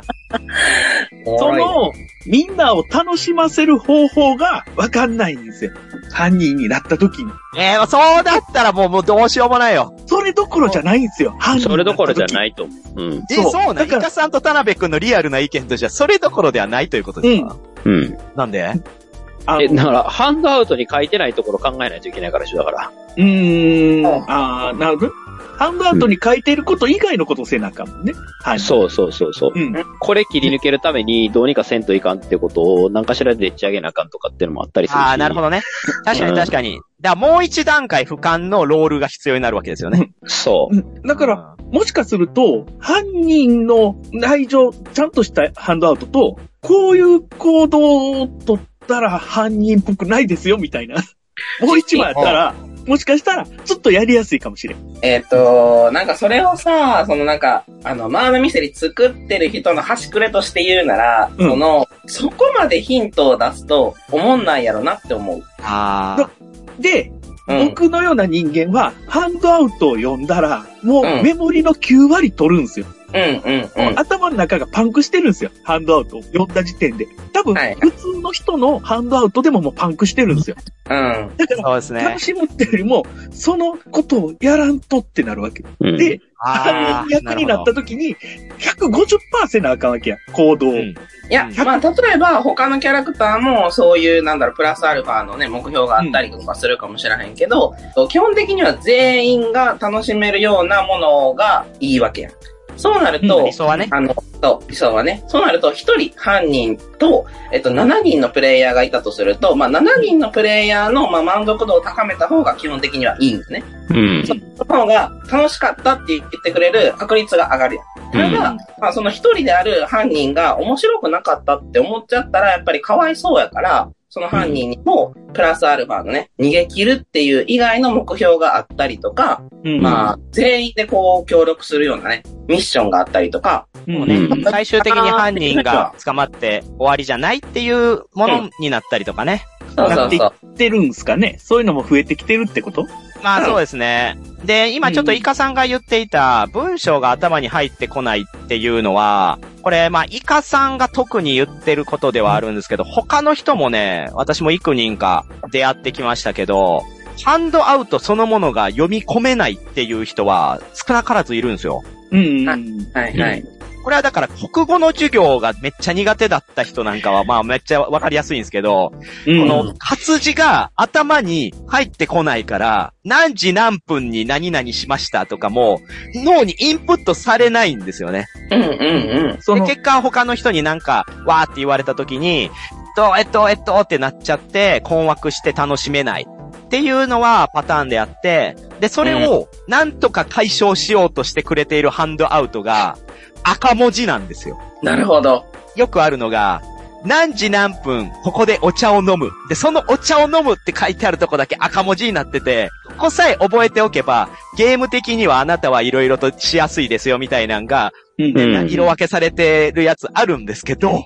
その、みんなを楽しませる方法がわかんないんですよ。犯人になった時に。 そうだったらもうどうしようもないよ。 それどころじゃないんですよ。犯人それどころじゃないと。 そうな。イカさんと田辺くんのリアルな意見としては、それどころではないということですか？なんで？ だから、ハンドアウトに書いてないところ考えないといけないからでしょ、だから。 なるほど。ハンドアウトに書いていること以外のことをせなあかんもんね。 そう。これ切り抜けるためにどうにかせんといかんってことを何かしらでっち上げなあかんとかっていうのもあったりするし。 なるほどね。確かに。だからもう一段階俯瞰のロールが必要になるわけですよね。 そう。 だから、もしかすると、犯人の内情、ちゃんとしたハンドアウトと、こういう行動を取ったら犯人っぽくないですよ、みたいな。もう一枚あったら、もしかしたら、ちょっとやりやすいかもしれん。 なんかそれをさ、マーナミステリー作ってる人の端くれとして言うなら、そこまでヒントを出すと、思んないやろなって思う。 で、僕のような人間は、ハンドアウトを読んだら、もうメモリの9割取るんですよ。頭の中がパンクしてるんですよ。ハンドアウトを読んだ時点で。多分、普通の人のハンドアウトでももうパンクしてるんですよ。だから、楽しむってよりも、そのことをやらんとってなるわけ。で、犯人役になった時に、150% せなあかんわけや、行動を。 いや、例えば他のキャラクターもそういう、プラスアルファのね、目標があったりとかするかもしれへんけど、基本的には全員が楽しめるようなものがいいわけやん。そうなると、 理想はね。 理想はね。そうなると、1人犯人と、7人のプレイヤーがいたとすると、7人のプレイヤーの、満足度を高めた方が基本的にはいいんですね。その方が楽しかったって言ってくれる確率が上がるやん。ただ、その1人である犯人が面白くなかったって思っちゃったら、やっぱりかわいそうやから、その犯人にも、プラスアルファのね、逃げ切るっていう以外の目標があったりとか、全員でこう協力するようなね、ミッションがあったりとか、 最終的に犯人が捕まって終わりじゃないっていうものになったりとかね。 なっていってるんすかね。そういうのも増えてきてるってこと？ そうですね。で、今ちょっとイカさんが言っていた文章が頭に入ってこないっていうのは、これイカさんが特に言ってることではあるんですけど、他の人もね、私も幾人か出会ってきましたけど、ハンドアウトそのものが読み込めないっていう人は少なからずいるんですよ。これはだから国語の授業がめっちゃ苦手だった人なんかはめっちゃわかりやすいんですけど、この活字が頭に入ってこないから、何時何分に何々しましたとかも脳にインプットされないんですよね。で結果他の人にわーって言われた時に、ってなっちゃって困惑して楽しめない。っていうのはパターンであって、で、それをなんとか解消しようとしてくれているハンドアウトが赤文字なんですよ。 なるほど。 よくあるのが、何時何分、ここでお茶を飲む。で、そのお茶を飲むって書いてあるとこだけ赤文字になってて、ここさえ覚えておけば、ゲーム的にはあなたはいろいろとしやすいですよみたいなんが、色分けされてるやつあるんですけど、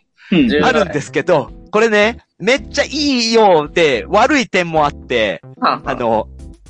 これね、めっちゃいいようで悪い点もあって、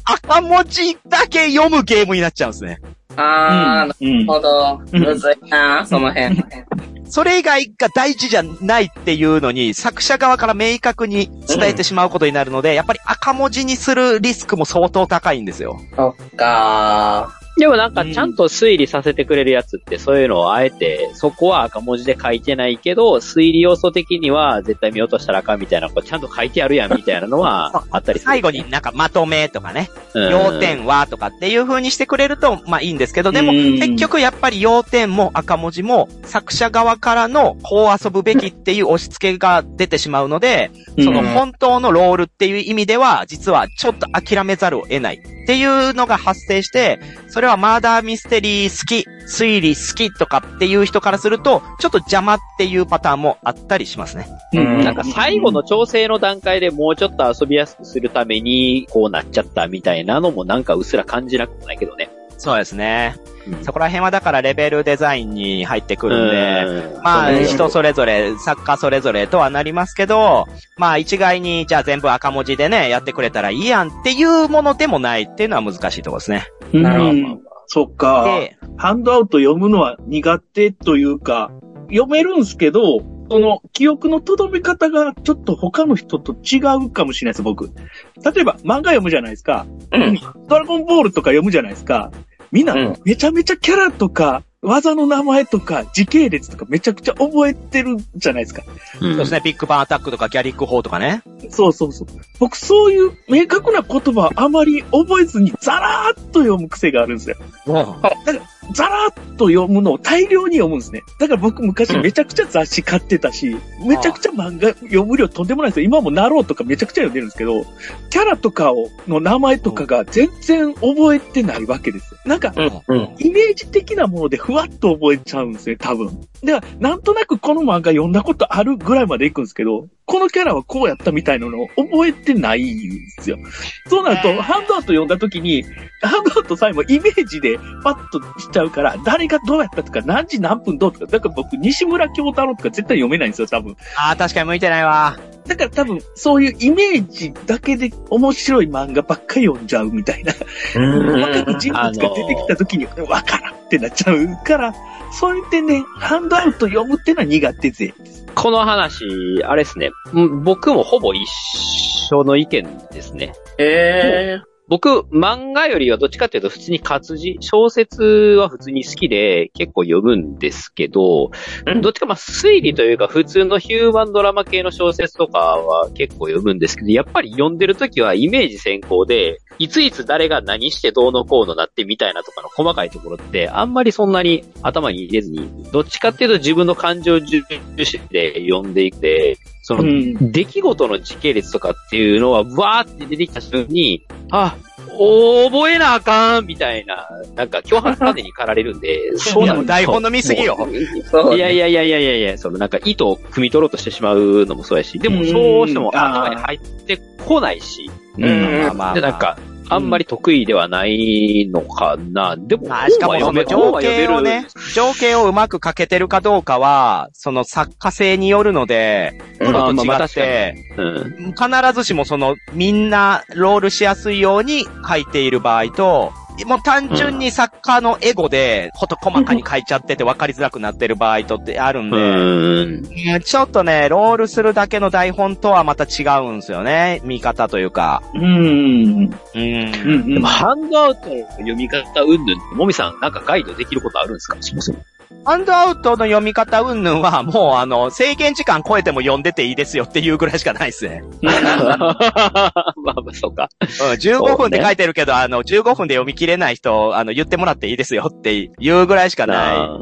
赤文字だけ読むゲームになっちゃうんですね。 なるほど。むずいな、その辺。 それ以外が大事じゃないっていうのに、作者側から明確に伝えてしまうことになるので、やっぱり赤文字にするリスクも相当高いんですよ。 そっかー。 でもなんかちゃんと推理させてくれるやつってそういうのをあえて、そこは赤文字で書いてないけど、推理要素的には絶対見落としたらあかんみたいな、こうちゃんと書いてあるやんみたいなのはあったりする、 最後になんかまとめとかね、要点はとかっていう風にしてくれると、まあいいんですけど、でも結局やっぱり要点も赤文字も作者側からのこう遊ぶべきっていう押し付けが出てしまうので、その本当のロールっていう意味では、実はちょっと諦めざるを得ないっていうのが発生して、それはマーダーミステリー好き、推理好きとかっていう人からすると、ちょっと邪魔っていうパターンもあったりしますね。 なんか最後の調整の段階でもうちょっと遊びやすくするためにこうなっちゃったみたいなのもなんかうっすら感じなくもないけどね。 そうですね。そこら辺はだからレベルデザインに入ってくるんで、まあ人それぞれ、作家それぞれとはなりますけど、まあ一概にじゃあ全部赤文字でね、やってくれたらいいやんっていうものでもないっていうのは難しいところですね。 なるほど。そっか。ハンドアウト読むのは苦手というか、読めるんすけど、その記憶の留め方がちょっと他の人と違うかもしれないです、僕。例えば漫画読むじゃないですか。ドラゴンボールとか読むじゃないですか。みんな、めちゃめちゃキャラとか、技の名前とか、時系列とかめちゃくちゃ覚えてるじゃないですか。 そうですね。ビッグバンアタックとかギャリック砲とかね。 そうそうそう。僕そういう明確な言葉あまり覚えずにザラーっと読む癖があるんですよ。だからザラーっと読むのを大量に読むんですね。だから僕昔めちゃくちゃ雑誌買ってたし、めちゃくちゃ漫画読む量とんでもないですよ。今もナローとかめちゃくちゃ読んでるんですけど、キャラとかの名前とかが全然覚えてないわけですよ。なんか、イメージ的なものでふわっと覚えちゃうんですね、多分。だから、なんとなくこの漫画読んだことあるぐらいまで行くんですけど、このキャラはこうやったみたいなのを覚えてないんですよ。そうなると、ハンドアウト読んだ時に、ハンドアウトさえもイメージでパッとしちゃうから、誰がどうやったとか、何時何分どうとか、だから僕、西村京太郎とか絶対読めないんですよ、多分。 ああ、確かに向いてないわ。 だから多分、そういうイメージだけで面白い漫画ばっかり読んじゃうみたいな。若く人物が出てきた時に、わからんってなっちゃうから、そういう点で、ハンドアウト読むってのは苦手ぜ。 この話、あれですね。僕もほぼ一緒の意見ですね。僕、漫画よりはどっちかっていうと普通に活字、小説は普通に好きで結構読むんですけど、どっちかまあ推理というか普通のヒューマンドラマ系の小説とかは結構読むんですけど、やっぱり読んでるときはイメージ先行で、いついつ誰が何してどうのこうのなってみたいなとかの細かいところってあんまりそんなに頭に入れずに、どっちかっていうと自分の感情重視で読んでいって、その、出来事の時系列とかっていうのは、わーって出てきた瞬間に、覚えなあかんみたいな、なんか、脅迫までに駆られるんで、 そうなの、台本の見過ぎよ。 いや、そのなんか、意図を汲み取ろうとしてしまうのもそうやし、でも、そうしても頭に入ってこないし、で、なんか、あんまり得意ではないのかな。でも、 しかもその情景をね、情景をうまく書けてるかどうかは、その作家性によるので、プロと違って、必ずしもその、みんなロールしやすいように書いている場合と、もう単純に作家のエゴで、細かに書いちゃってて分かりづらくなってる場合とってあるんで、ちょっとね、ロールするだけの台本とはまた違うんですよね。見方というか。 でもハンドアウトの読み方うんぬんって、もみさんなんかガイドできることあるんですか？そもそも。 ハンドアウトの読み方うんぬんはもう制限時間超えても読んでていいですよっていうぐらいしかないですね。 まあ、そうか。 15分で書いてるけど、15分で読み切れない人、言ってもらっていいですよっていうぐらいしかない。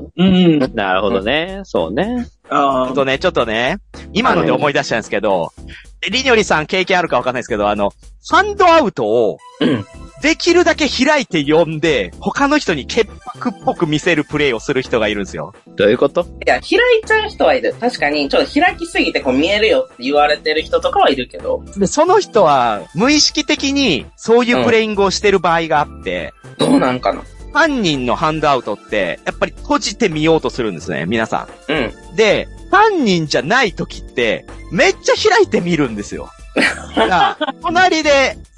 なるほどね。そうね。 ちょっとね、今ので思い出したんですけど、りにょりさん経験あるかわかんないですけど、ハンドアウトを、できるだけ開いて読んで、他の人に潔白っぽく見せるプレイをする人がいるんですよ。 どういうこと？ いや、開いちゃう人はいる。確かに、ちょっと開きすぎてこう見えるよって言われてる人とかはいるけど。 で、その人は、無意識的に、そういうプレイングをしてる場合があって、 どうなんかな？ 犯人のハンドアウトって、やっぱり閉じてみようとするんですね、皆さん。 で、犯人じゃない時って、めっちゃ開いてみるんですよ。だから隣で、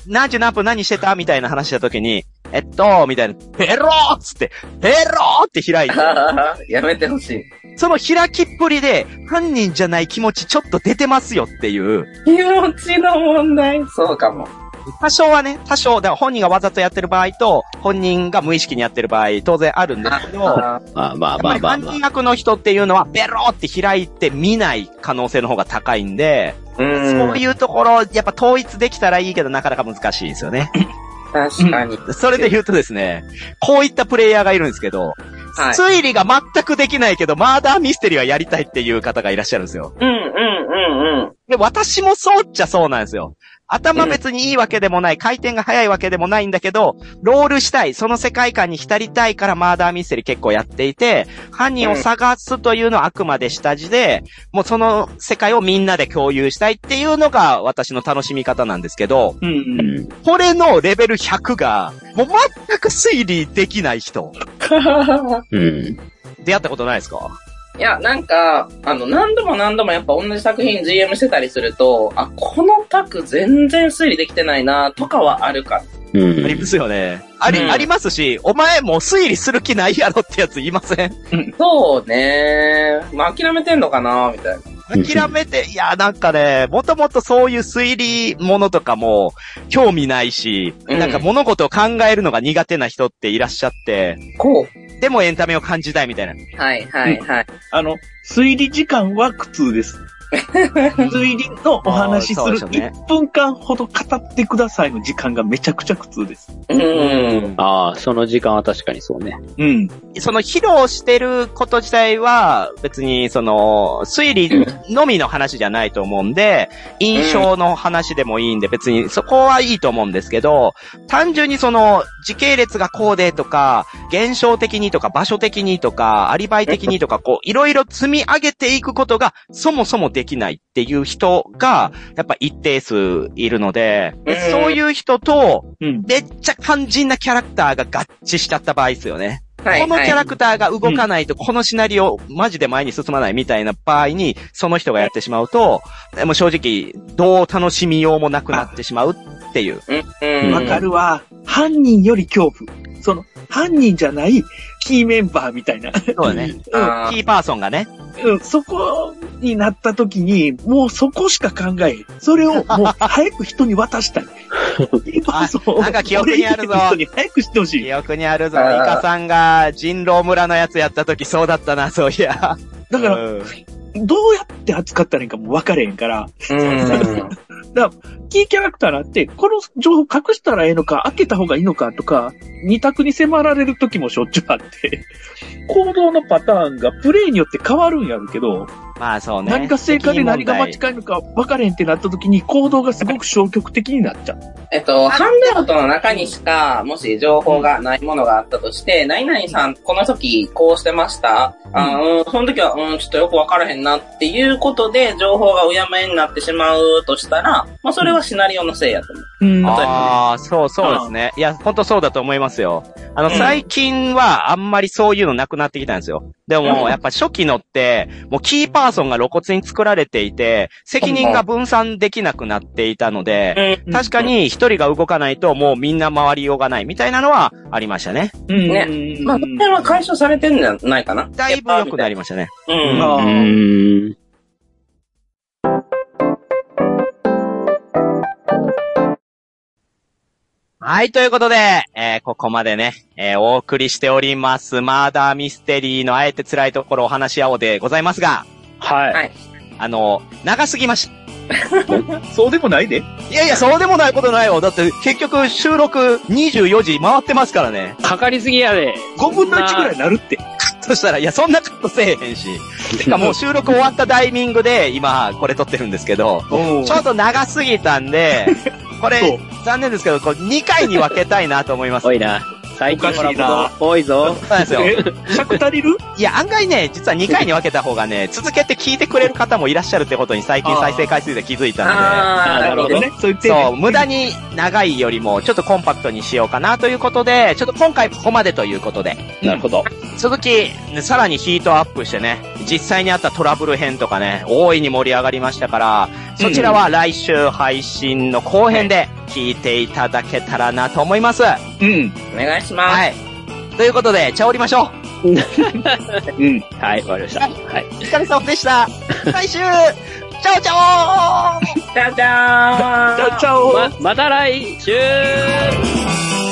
何時何分何してたみたいな話した時に、みたいな、ペローっつって、ペローって開いて。 やめてほしい。 その開きっぷりで、犯人じゃない気持ちちょっと出てますよっていう。 気持ちの問題。そうかも。 多少はね、だから本人がわざとやってる場合と、本人が無意識にやってる場合、当然あるんですけど、やっぱり犯人役の人っていうのは、ベローって開いて見ない可能性の方が高いんで、そういうところ、やっぱ統一できたらいいけど、なかなか難しいですよね。 確かに。 それで言うとですね、こういったプレイヤーがいるんですけど、推理が全くできないけど、マーダーミステリーはやりたいっていう方がいらっしゃるんですよ。で、私もそうっちゃそうなんですよ。頭別にいいわけでもない、回転が速いわけでもないんだけど、ロールしたい、その世界観に浸りたいからマーダーミステリー結構やっていて、犯人を探すというのはあくまで下地で、もうその世界をみんなで共有したいっていうのが私の楽しみ方なんですけど、これのレベル100が、もう全く推理できない人。出会ったことないですか？ いや、なんか、何度もやっぱ同じ作品 GM してたりすると、このタク全然推理できてないな、とかはあるか。 ありますよね。ありますし、お前もう推理する気ないやろってやついません？ そうね。諦めてんのかな、みたいな。 諦めて、いや、なんかね、もともとそういう推理ものとかも興味ないし、なんか物事を考えるのが苦手な人っていらっしゃって、でもエンタメを感じたいみたいな。 推理時間は苦痛です。推理のお話しする1分間ほど語ってくださいの時間がめちゃくちゃ苦痛です。 その時間は確かにそうね。 その披露してること自体は別にその推理のみの話じゃないと思うんで、印象の話でもいいんで別にそこはいいと思うんですけど、単純にその時系列がこうでとか、現象的にとか場所的にとか、アリバイ的にとかこういろいろ積み上げていくことがそもそもできないっていう人がやっぱ一定数いるので、そういう人とめっちゃ肝心なキャラクターが合致しちゃった場合ですよね。このキャラクターが動かないとこのシナリオマジで前に進まないみたいな場合にその人がやってしまうと、もう正直どう楽しみようもなくなってしまうっていう。 わかるわ。犯人より恐怖。その犯人じゃないキーメンバーみたいな。 そうだね。キーパーソンがね。 そこになった時に、もうそこしか考えん。それをもう早く人に渡したい。キーパーソンを。 なんか記憶にあるぞ。 人に早く知ってほしい。 記憶にあるぞ。イカさんが人狼村のやつやった時そうだったな、そういや。 だから、どうやって扱ったらいいかも分かれへんから。だからキーキャラクターなんて、この情報隠したらええのか、開けた方がいいのかとか、二択に迫られる時もしょっちゅうあって、行動のパターンがプレイによって変わるんやるけど、 まあそうね。 何が正解で何が間違いのか分かれへんってなった時に行動がすごく消極的になっちゃう。 ハンドアウトの中にしか、もし情報がないものがあったとして、何々さん、この時こうしてました？その時は、ちょっとよく分からへんなっていうことで、情報がうやむやになってしまうとしたら、まあそれはシナリオのせいやと思う。 そうですね。いや、本当そうだと思いますよ。最近はあんまりそういうのなくなってきたんですよ。でも、やっぱ初期のって、もうキーパーソンが露骨に作られていて、責任が分散できなくなっていたので、確かに一人が動かないともうみんな回りようがないみたいなのはありましたね。 ね。まあ、これは解消されてんじゃないかな。 だいぶ良くなりましたね。はい、ということで、ここまでね、お送りしております、マーダーミステリーのあえて辛いところを話し合おうでございますが、 はい。 長すぎました。 そうでもないで。 いやいや、そうでもないことないよ。だって結局収録24時回ってますからね。 かかりすぎやで。 5分の1ぐらいなるって。 そしたら、いや、そんなことせえへんし。てかもう収録終わったタイミングで、今、これ撮ってるんですけど、ちょっと長すぎたんで、これ、残念ですけど、これ2回に分けたいなと思います。 多いな。最近ほら、多いぞ。 そうなんですよ。 尺足りる？ いや、案外ね、実は2回に分けた方がね、続けて聞いてくれる方もいらっしゃるってことに最近再生回数で気づいたので。 なるほどね。 そう、無駄に長いよりも、ちょっとコンパクトにしようかなということで、ちょっと今回ここまでということで。 なるほど。 続き、さらにヒートアップしてね、実際にあったトラブル編とかね、大いに盛り上がりましたから、 そちらは来週配信の後編で聞いていただけたらなと思います。 うん。お願いします。はい。 ということで、茶降りましょう。 うん。はい、わかりました。はい。 お疲れ様でした。来週チャオチャオチャオチャオチャオチャオまた来週